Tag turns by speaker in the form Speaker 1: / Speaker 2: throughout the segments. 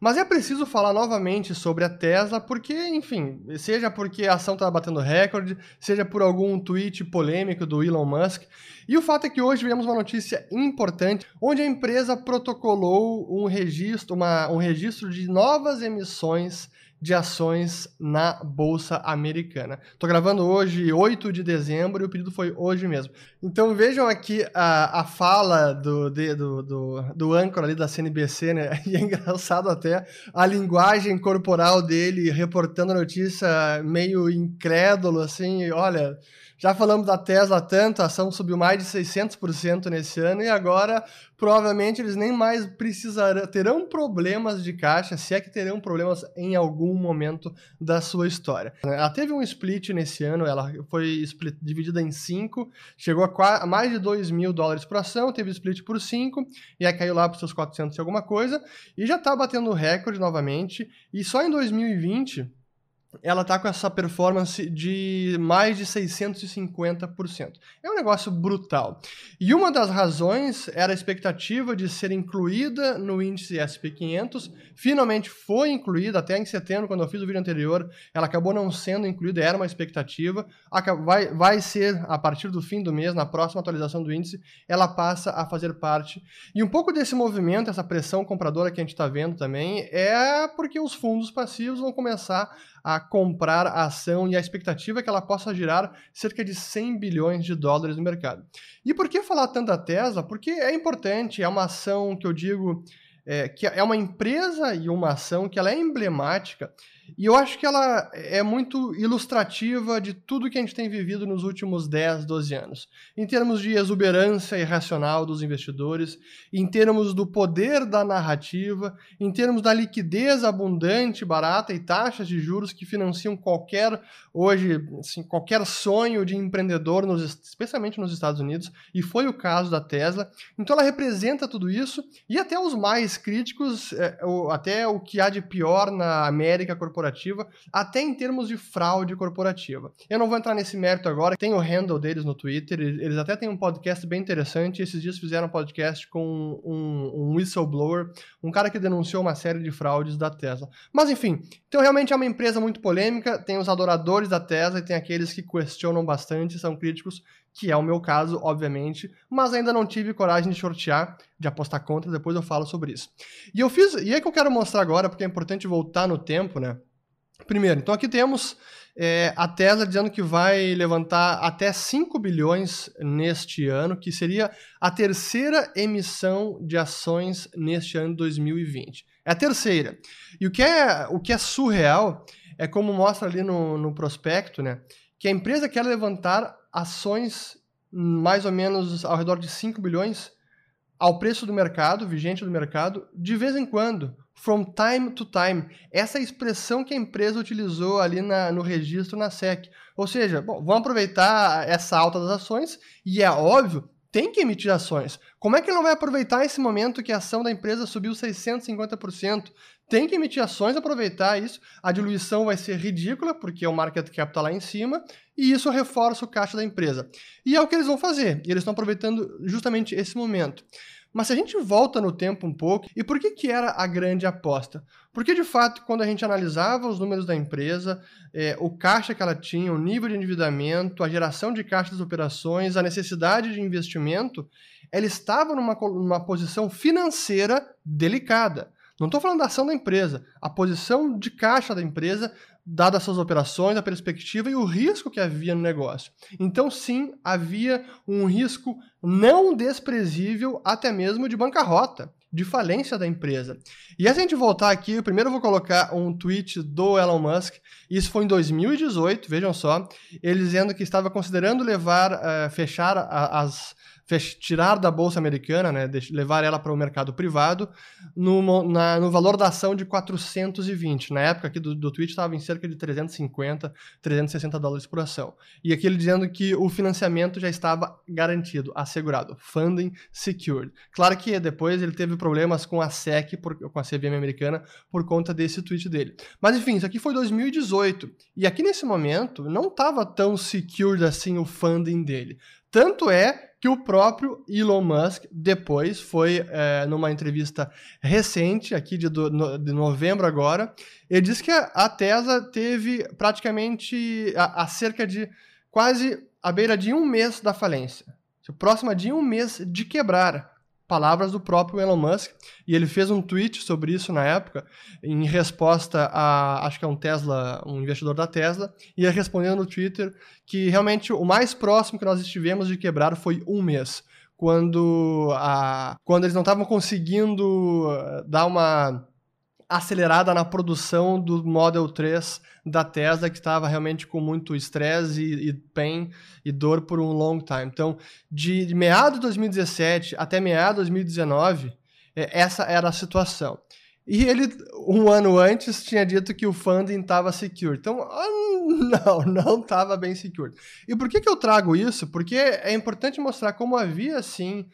Speaker 1: Mas é preciso falar novamente sobre a Tesla, porque, enfim, seja porque a ação está batendo recorde, seja por algum tweet polêmico do Elon Musk. E o fato é que hoje tivemos uma notícia importante, onde a empresa protocolou um registro de novas emissões de ações na Bolsa Americana. Estou gravando hoje, 8 de dezembro, e o pedido foi hoje mesmo. Então vejam aqui a fala do âncora ali da CNBC, né? E é engraçado até a linguagem corporal dele reportando a notícia meio incrédulo, assim, olha... Já falamos da Tesla tanto, a ação subiu mais de 600% nesse ano e agora provavelmente eles nem mais terão problemas de caixa, se é que terão problemas em algum momento da sua história. Ela teve um split nesse ano, ela foi dividida em 5, chegou a mais de $2.000 por ação, teve split por 5 e aí caiu lá para os seus 400 e alguma coisa e já está batendo recorde novamente e só em 2020... ela está com essa performance de mais de 650%. É um negócio brutal. E uma das razões era a expectativa de ser incluída no índice S&P 500. Finalmente foi incluída, até em setembro, quando eu fiz o vídeo anterior, ela acabou não sendo incluída, era uma expectativa. Vai ser, a partir do fim do mês, na próxima atualização do índice, ela passa a fazer parte. E um pouco desse movimento, essa pressão compradora que a gente está vendo também, é porque os fundos passivos vão começar a comprar a ação e a expectativa é que ela possa girar cerca de $100 bilhões no mercado. E por que falar tanto da Tesla? Porque é importante, é uma ação que eu digo que é uma empresa e uma ação que ela é emblemática e eu acho que ela é muito ilustrativa de tudo que a gente tem vivido nos últimos 10, 12 anos. Em termos de exuberância irracional dos investidores, em termos do poder da narrativa, em termos da liquidez abundante, barata e taxas de juros que financiam qualquer sonho de empreendedor, especialmente nos Estados Unidos, e foi o caso da Tesla. Então ela representa tudo isso e até os mais críticos, até o que há de pior na América corporativa, até em termos de fraude corporativa. Eu não vou entrar nesse mérito agora, tem o handle deles no Twitter, eles até têm um podcast bem interessante, esses dias fizeram um podcast com um whistleblower, um cara que denunciou uma série de fraudes da Tesla. Mas enfim, então realmente é uma empresa muito polêmica, tem os adoradores da Tesla e tem aqueles que questionam bastante, são críticos, que é o meu caso, obviamente, mas ainda não tive coragem de shortear, de apostar contra, depois eu falo sobre isso. E é que eu quero mostrar agora, porque é importante voltar no tempo, né? Primeiro, então aqui temos a Tesla dizendo que vai levantar até 5 bilhões neste ano, que seria a terceira emissão de ações neste ano de 2020. É a terceira. E o que é surreal é como mostra ali no prospecto, né? Que a empresa quer levantar ações mais ou menos ao redor de 5 bilhões ao preço do mercado, vigente do mercado, de vez em quando, from time to time. Essa é a expressão que a empresa utilizou ali no registro na SEC. Ou seja, vamos aproveitar essa alta das ações e é óbvio, tem que emitir ações. Como é que ele não vai aproveitar esse momento que a ação da empresa subiu 650%? Tem que emitir ações, aproveitar isso. A diluição vai ser ridícula, porque o market cap está lá em cima, e isso reforça o caixa da empresa. E é o que eles vão fazer, e eles estão aproveitando justamente esse momento. Mas se a gente volta no tempo um pouco, e por que era a grande aposta? Porque, de fato, quando a gente analisava os números da empresa, o caixa que ela tinha, o nível de endividamento, a geração de caixa das operações, a necessidade de investimento, ela estava numa posição financeira delicada. Não estou falando da ação da empresa, a posição de caixa da empresa, dadas as suas operações, a perspectiva e o risco que havia no negócio. Então, sim, havia um risco não desprezível, até mesmo de bancarrota, de falência da empresa. E se a gente voltar aqui, primeiro eu vou colocar um tweet do Elon Musk, isso foi em 2018, vejam só, ele dizendo que estava considerando tirar da Bolsa Americana, né, levar ela para o mercado privado, no valor da ação de 420. Na época aqui do tweet estava em cerca de 350, 360 dólares por ação. E aqui ele dizendo que o financiamento já estava garantido, assegurado, funding secured. Claro que depois ele teve problemas com a SEC, com a CVM americana, por conta desse tweet dele. Mas enfim, isso aqui foi 2018. E aqui nesse momento não estava tão secured assim o funding dele. Tanto é que o próprio Elon Musk depois foi, numa entrevista recente, aqui de novembro agora, ele disse que a Tesla teve praticamente a cerca de quase à beira de um mês da falência, próxima de um mês de quebrar. Palavras do próprio Elon Musk, e ele fez um tweet sobre isso na época, em resposta a, acho que é um investidor da Tesla, e ele respondendo no Twitter que realmente o mais próximo que nós estivemos de quebrar foi um mês, quando eles não estavam conseguindo dar uma acelerada na produção do Model 3 da Tesla, que estava realmente com muito estresse e pain e dor por um long time. Então, de meados de 2017 até meados de 2019, essa era a situação. E ele, um ano antes, tinha dito que o funding estava secure. Então, não estava bem secure. E por que eu trago isso? Porque é importante mostrar como havia, sim,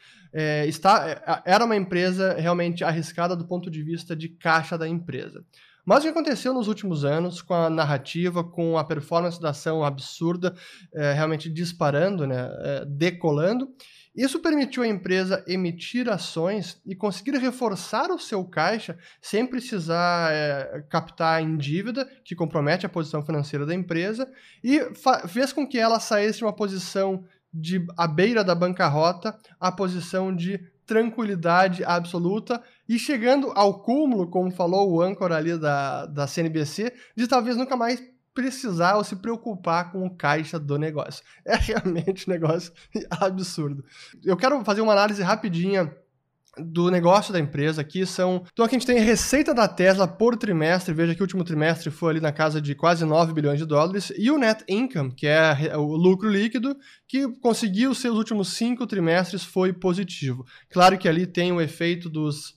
Speaker 1: era uma empresa realmente arriscada do ponto de vista de caixa da empresa. Mas o que aconteceu nos últimos anos com a narrativa, com a performance da ação absurda, realmente disparando, né, decolando, isso permitiu à empresa emitir ações e conseguir reforçar o seu caixa sem precisar captar em dívida, que compromete a posição financeira da empresa, e fez com que ela saísse de uma posição à beira da bancarrota à posição de tranquilidade absoluta e chegando ao cúmulo, como falou o âncora ali da CNBC, de talvez nunca mais precisar ou se preocupar com o caixa do negócio. É realmente um negócio absurdo. Eu quero fazer uma análise rapidinha do negócio da empresa aqui. Então aqui a gente tem a receita da Tesla por trimestre. Veja que o último trimestre foi ali na casa de quase 9 bilhões de dólares. E o net income, que é o lucro líquido, que conseguiu seus últimos 5 trimestres, foi positivo. Claro que ali tem o efeito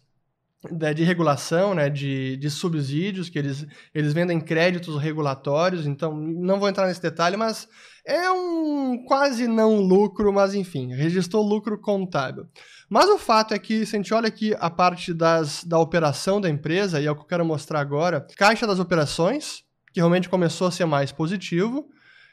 Speaker 1: de regulação, né, de subsídios, que eles vendem créditos regulatórios, então não vou entrar nesse detalhe, mas é um quase não lucro, mas enfim, registrou lucro contábil. Mas o fato é que, se a gente olha aqui a parte da operação da empresa, e é o que eu quero mostrar agora, caixa das operações, que realmente começou a ser mais positivo,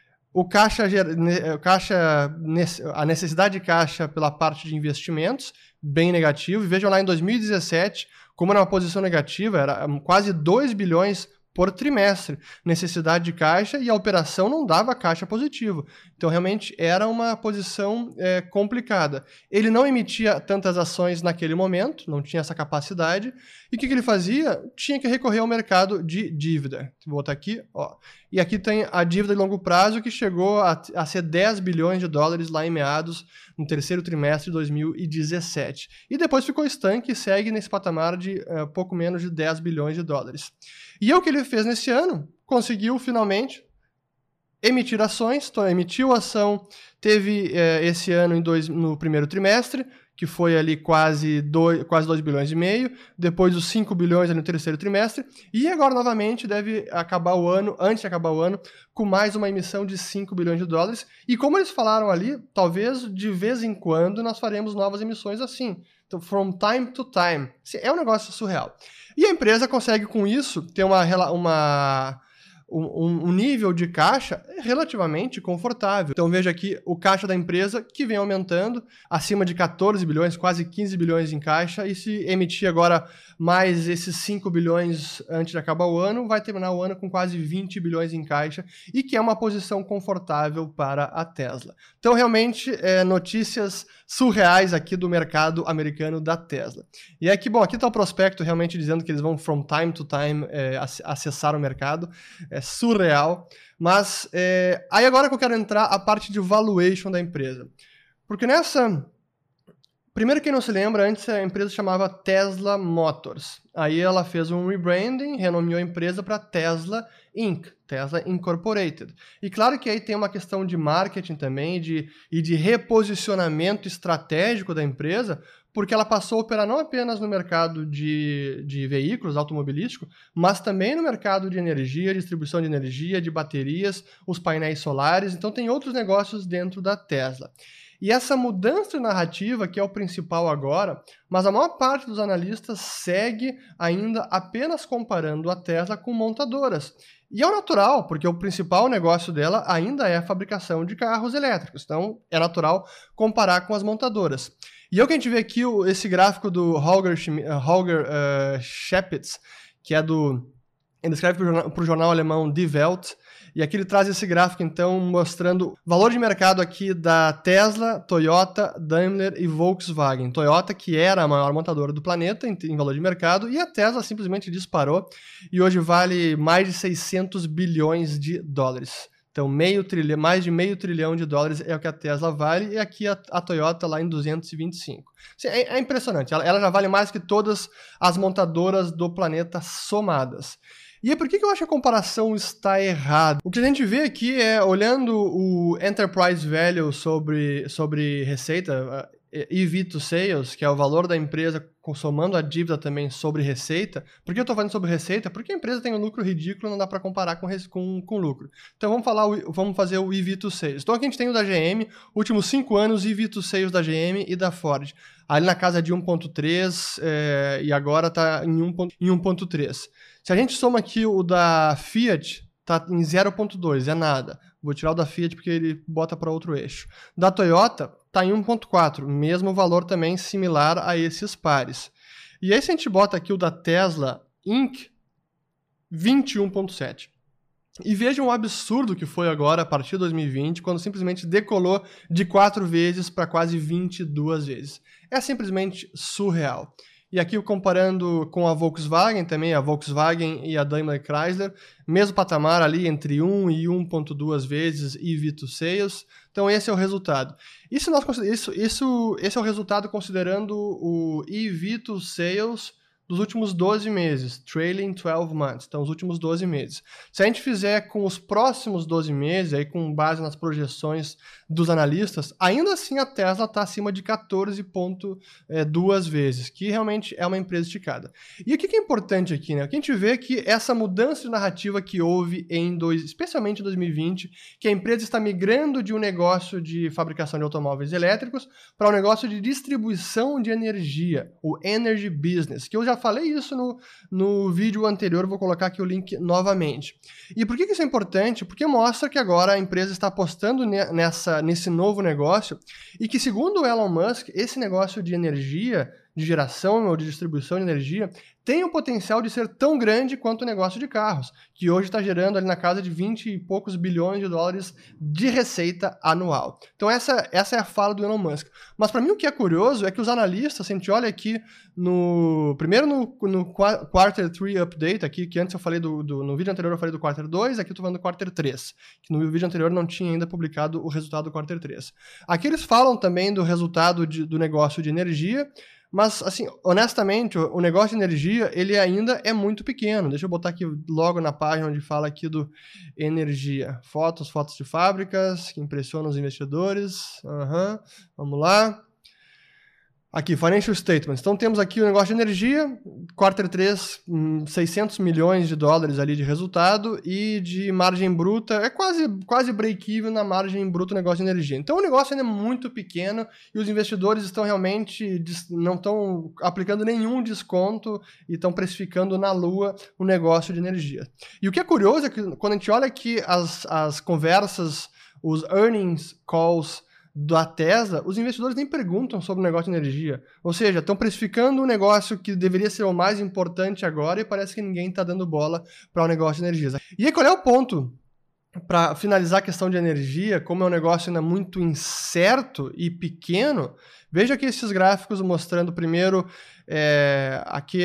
Speaker 1: a necessidade de caixa pela parte de investimentos, bem negativo. E vejam lá em 2017, como era uma posição negativa, era quase 2 bilhões por trimestre, necessidade de caixa, e a operação não dava caixa positivo. Então, realmente, era uma posição complicada. Ele não emitia tantas ações naquele momento, não tinha essa capacidade, e o que ele fazia? Tinha que recorrer ao mercado de dívida. Vou botar aqui, ó. E aqui tem a dívida de longo prazo, que chegou a ser 10 bilhões de dólares lá em meados, no terceiro trimestre de 2017. E depois ficou estanque e segue nesse patamar de pouco menos de 10 bilhões de dólares. E o que ele fez nesse ano? Conseguiu finalmente emitir ações, então emitiu ação, teve esse ano no primeiro trimestre, que foi ali quase 2 bilhões e meio, depois os 5 bilhões ali no terceiro trimestre, e agora novamente deve acabar o ano, antes de acabar o ano, com mais uma emissão de 5 bilhões de dólares, e como eles falaram ali, talvez de vez em quando nós faremos novas emissões assim, então from time to time, é um negócio surreal. E a empresa consegue com isso ter um nível de caixa relativamente confortável. Então veja aqui o caixa da empresa que vem aumentando, acima de 14 bilhões, quase 15 bilhões em caixa, e se emitir agora mais esses 5 bilhões antes de acabar o ano, vai terminar o ano com quase 20 bilhões em caixa, e que é uma posição confortável para a Tesla. Então realmente notícias surreais aqui do mercado americano da Tesla. E aqui, bom, aqui está o prospecto realmente dizendo que eles vão from time to time acessar o mercado. É surreal, mas aí agora que eu quero entrar a parte de valuation da empresa. Porque primeiro, quem não se lembra, antes a empresa chamava Tesla Motors. Aí ela fez um rebranding, renomeou a empresa para Tesla Inc., Tesla Incorporated. E claro que aí tem uma questão de marketing também e de reposicionamento estratégico da empresa, porque ela passou a operar não apenas no mercado de veículos automobilísticos, mas também no mercado de energia, distribuição de energia, de baterias, os painéis solares. Então tem outros negócios dentro da Tesla. E essa mudança de narrativa, que é o principal agora, mas a maior parte dos analistas segue ainda apenas comparando a Tesla com montadoras. E é o natural, porque o principal negócio dela ainda é a fabricação de carros elétricos. Então, é natural comparar com as montadoras. E é o que a gente vê aqui, esse gráfico do Holger Schepitz, que é ele escreve para o jornal alemão Die Welt, e aqui ele traz esse gráfico, então, mostrando o valor de mercado aqui da Tesla, Toyota, Daimler e Volkswagen. Toyota, que era a maior montadora do planeta em valor de mercado, e a Tesla simplesmente disparou e hoje vale mais de 600 bilhões de dólares. Então, mais de meio trilhão de dólares é o que a Tesla vale, e aqui a Toyota lá em 225. É impressionante, ela já vale mais que todas as montadoras do planeta somadas. E por que eu acho que a comparação está errada? O que a gente vê aqui é, olhando o Enterprise Value sobre receita, EV to Sales, que é o valor da empresa somando a dívida também sobre receita. Por que eu estou falando sobre receita? Porque a empresa tem um lucro ridículo, não dá para comparar com lucro. Então vamos fazer o EV to Sales. Então aqui a gente tem o da GM, últimos 5 anos, EV to Sales da GM e da Ford. Ali na casa de 1.3 e agora está em 1.3. Se a gente soma aqui o da Fiat, está em 0.2, é nada. Vou tirar o da Fiat porque ele bota para outro eixo. Da Toyota, está em 1.4, mesmo valor também similar a esses pares. E aí se a gente bota aqui o da Tesla Inc., 21.7. E vejam o absurdo que foi agora, a partir de 2020, quando simplesmente decolou de 4 vezes para quase 22 vezes. É simplesmente surreal. E aqui comparando com a Volkswagen também, a Volkswagen e a Daimler Chrysler, mesmo patamar ali entre 1 e 1.2 vezes EV to Sales. Então esse é o resultado. Esse é o resultado considerando o EV to Sales dos últimos 12 meses, trailing 12 months, então os últimos 12 meses. Se a gente fizer com os próximos 12 meses, aí com base nas projeções dos analistas, ainda assim a Tesla está acima de 14,2 vezes, que realmente é uma empresa esticada. E o que é importante aqui, né? O que a gente vê é que essa mudança de narrativa que houve especialmente em 2020, que a empresa está migrando de um negócio de fabricação de automóveis elétricos para um negócio de distribuição de energia, o Energy Business, que eu já falei isso no vídeo anterior, vou colocar aqui o link novamente. E por que isso é importante? Porque mostra que agora a empresa está apostando nesse novo negócio e que, segundo o Elon Musk, esse negócio de energia, de geração ou de distribuição de energia, tem o potencial de ser tão grande quanto o negócio de carros, que hoje está gerando ali na casa de 20 e poucos bilhões de dólares de receita anual. Então essa é a fala do Elon Musk. Mas para mim o que é curioso é que os analistas, se a gente olha aqui primeiro no Quarter 3 Update, aqui, que antes eu falei no vídeo anterior eu falei do Quarter 2, aqui eu estou falando do Quarter 3, que no vídeo anterior não tinha ainda publicado o resultado do Quarter 3. Aqui eles falam também do resultado do negócio de energia, mas, assim, honestamente, o negócio de energia, ele ainda é muito pequeno. Deixa eu botar aqui logo na página onde fala aqui do energia. Fotos de fábricas que impressionam os investidores. Vamos lá. Aqui, Financial Statements. Então, temos aqui o negócio de energia, Quarter 3, 600 milhões de dólares ali de resultado e de margem bruta, é quase break-even na margem bruta do negócio de energia. Então, o negócio ainda é muito pequeno e os investidores estão realmente, não estão aplicando nenhum desconto e estão precificando na lua o negócio de energia. E o que é curioso é que quando a gente olha aqui as conversas, os earnings calls da Tesla, os investidores nem perguntam sobre o negócio de energia. Ou seja, estão precificando um negócio que deveria ser o mais importante agora e parece que ninguém está dando bola para o negócio de energia. E aí, qual é o ponto? Para finalizar a questão de energia, como é um negócio ainda muito incerto e pequeno, veja aqui esses gráficos mostrando primeiro aqui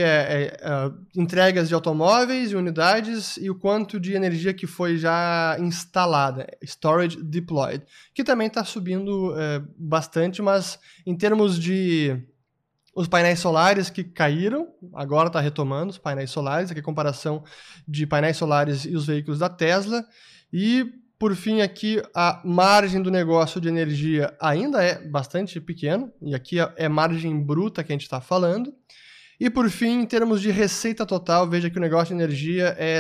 Speaker 1: entregas de automóveis e unidades e o quanto de energia que foi já instalada, storage deployed, que também está subindo bastante, mas em termos de os painéis solares que caíram, agora está retomando os painéis solares, aqui a comparação de painéis solares e os veículos da Tesla. E, por fim, aqui a margem do negócio de energia ainda é bastante pequena, e aqui é margem bruta que a gente está falando. E por fim, em termos de receita total, veja que o negócio de energia é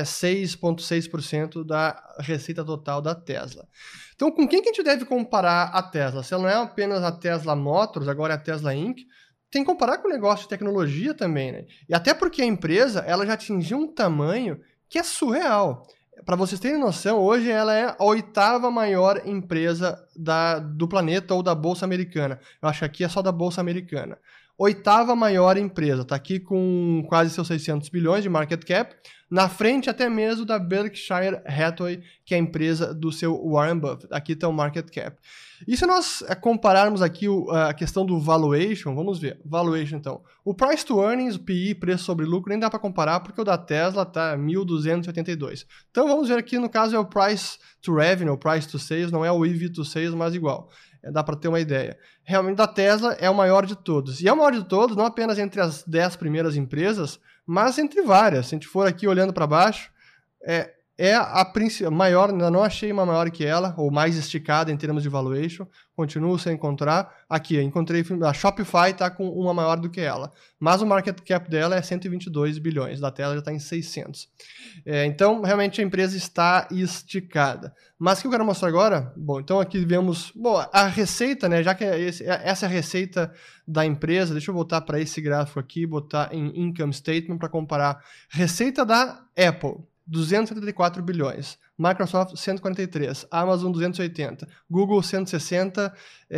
Speaker 1: 6,6% da receita total da Tesla. Então, com quem que a gente deve comparar a Tesla? Se ela não é apenas a Tesla Motors, agora é a Tesla Inc., tem que comparar com o negócio de tecnologia também, né? E até porque a empresa ela já atingiu um tamanho que é surreal. Para vocês terem noção, hoje ela é a 8ª maior empresa do planeta ou da Bolsa Americana. Eu acho que aqui é só da Bolsa Americana. 8ª maior empresa, está aqui com quase seus 600 bilhões de market cap, na frente até mesmo da Berkshire Hathaway, que é a empresa do seu Warren Buffett. Aqui está o market cap. E se nós compararmos aqui a questão do valuation, vamos ver. Valuation, então. O price to earnings, o PI, preço sobre lucro, nem dá para comparar porque o da Tesla está 1.282. Então vamos ver aqui, no caso é o price to revenue, o price to sales, não é o EV to sales, mas igual. Dá para ter uma ideia. Realmente, da Tesla é o maior de todos. E é o maior de todos, não apenas entre as 10 primeiras empresas, mas entre várias. Se a gente for aqui olhando para baixo, é a maior, ainda não achei uma maior que ela, ou mais esticada em termos de valuation, continuo sem encontrar. Aqui, eu encontrei, a Shopify está com uma maior do que ela, mas o market cap dela é 122 bilhões, da Tesla já está em 600. Então, realmente a empresa está esticada. Mas o que eu quero mostrar agora, bom, então aqui vemos, a receita, né, já que essa é a receita da empresa, deixa eu voltar para esse gráfico aqui, botar em Income Statement para comparar. Receita da Apple, 274 bilhões, Microsoft 143, Amazon 280, Google 160,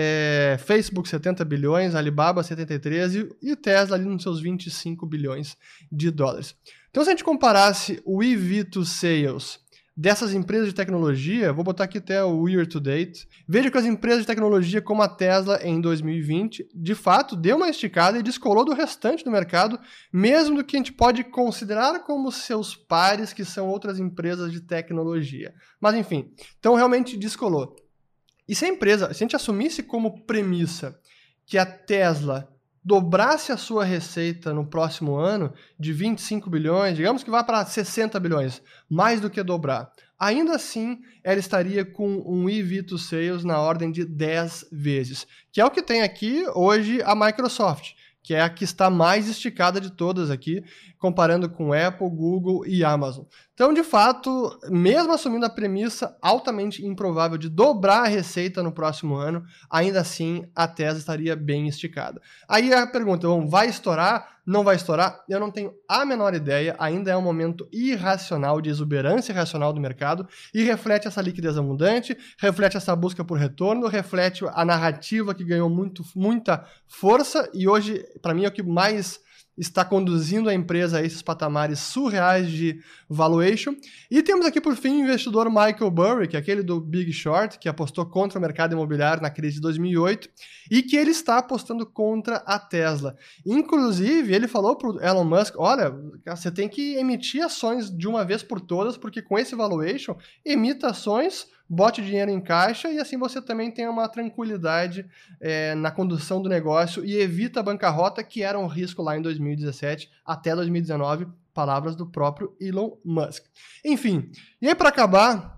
Speaker 1: Facebook 70 bilhões, Alibaba 73 e o Tesla ali nos seus 25 bilhões de dólares. Então se a gente comparasse o EV to Sales dessas empresas de tecnologia, vou botar aqui até o year to date, veja que as empresas de tecnologia como a Tesla em 2020, de fato, deu uma esticada e descolou do restante do mercado, mesmo do que a gente pode considerar como seus pares, que são outras empresas de tecnologia. Mas enfim, então realmente descolou. E se a gente assumisse como premissa que a Tesla dobrasse a sua receita no próximo ano de 25 bilhões, digamos que vá para 60 bilhões, mais do que dobrar, ainda assim ela estaria com um EV to Sales na ordem de 10 vezes, que é o que tem aqui hoje a Microsoft, que é a que está mais esticada de todas aqui, comparando com Apple, Google e Amazon. Então, de fato, mesmo assumindo a premissa altamente improvável de dobrar a receita no próximo ano, ainda assim a Tesla estaria bem esticada. Aí a pergunta, vai estourar? Não vai estourar? Eu não tenho a menor ideia, ainda é um momento irracional, de exuberância irracional do mercado, e reflete essa liquidez abundante, reflete essa busca por retorno, reflete a narrativa que ganhou muita força, e hoje, para mim, é o que mais está conduzindo a empresa a esses patamares surreais de valuation. E temos aqui, por fim, o investidor Michael Burry, que é aquele do Big Short, que apostou contra o mercado imobiliário na crise de 2008, e que ele está apostando contra a Tesla. Inclusive, ele falou para o Elon Musk, olha, você tem que emitir ações de uma vez por todas, porque com esse valuation, emita ações, bote dinheiro em caixa e assim você também tem uma tranquilidade na condução do negócio e evita a bancarrota, que era um risco lá em 2017 até 2019, palavras do próprio Elon Musk. Enfim, e aí para acabar,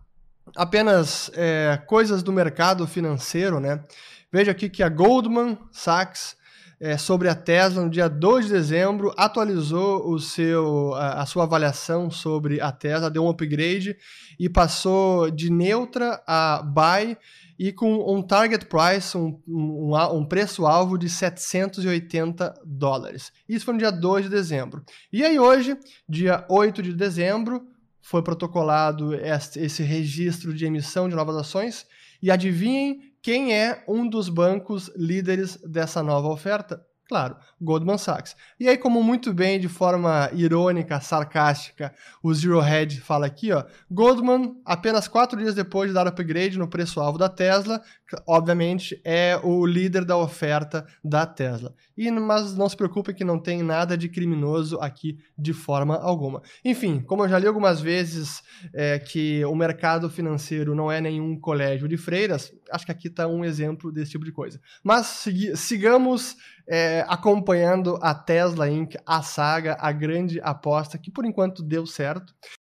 Speaker 1: apenas coisas do mercado financeiro, né? Veja aqui que a Goldman Sachs, sobre a Tesla, no dia 2 de dezembro, atualizou a sua avaliação sobre a Tesla, deu um upgrade e passou de neutra a buy e com um target price, um preço-alvo de $780. Isso foi no dia 2 de dezembro. E aí hoje, dia 8 de dezembro, foi protocolado esse registro de emissão de novas ações e adivinhem quem é um dos bancos líderes dessa nova oferta? Claro, Goldman Sachs. E aí, como muito bem, de forma irônica, sarcástica, o Zero Hedge fala aqui, Goldman, apenas 4 dias depois de dar upgrade no preço-alvo da Tesla, obviamente é o líder da oferta da Tesla. Mas não se preocupem que não tem nada de criminoso aqui de forma alguma. Enfim, como eu já li algumas vezes que o mercado financeiro não é nenhum colégio de freiras, acho que aqui está um exemplo desse tipo de coisa. Mas sigamos acompanhando a Tesla Inc., a saga, a grande aposta, que por enquanto deu certo.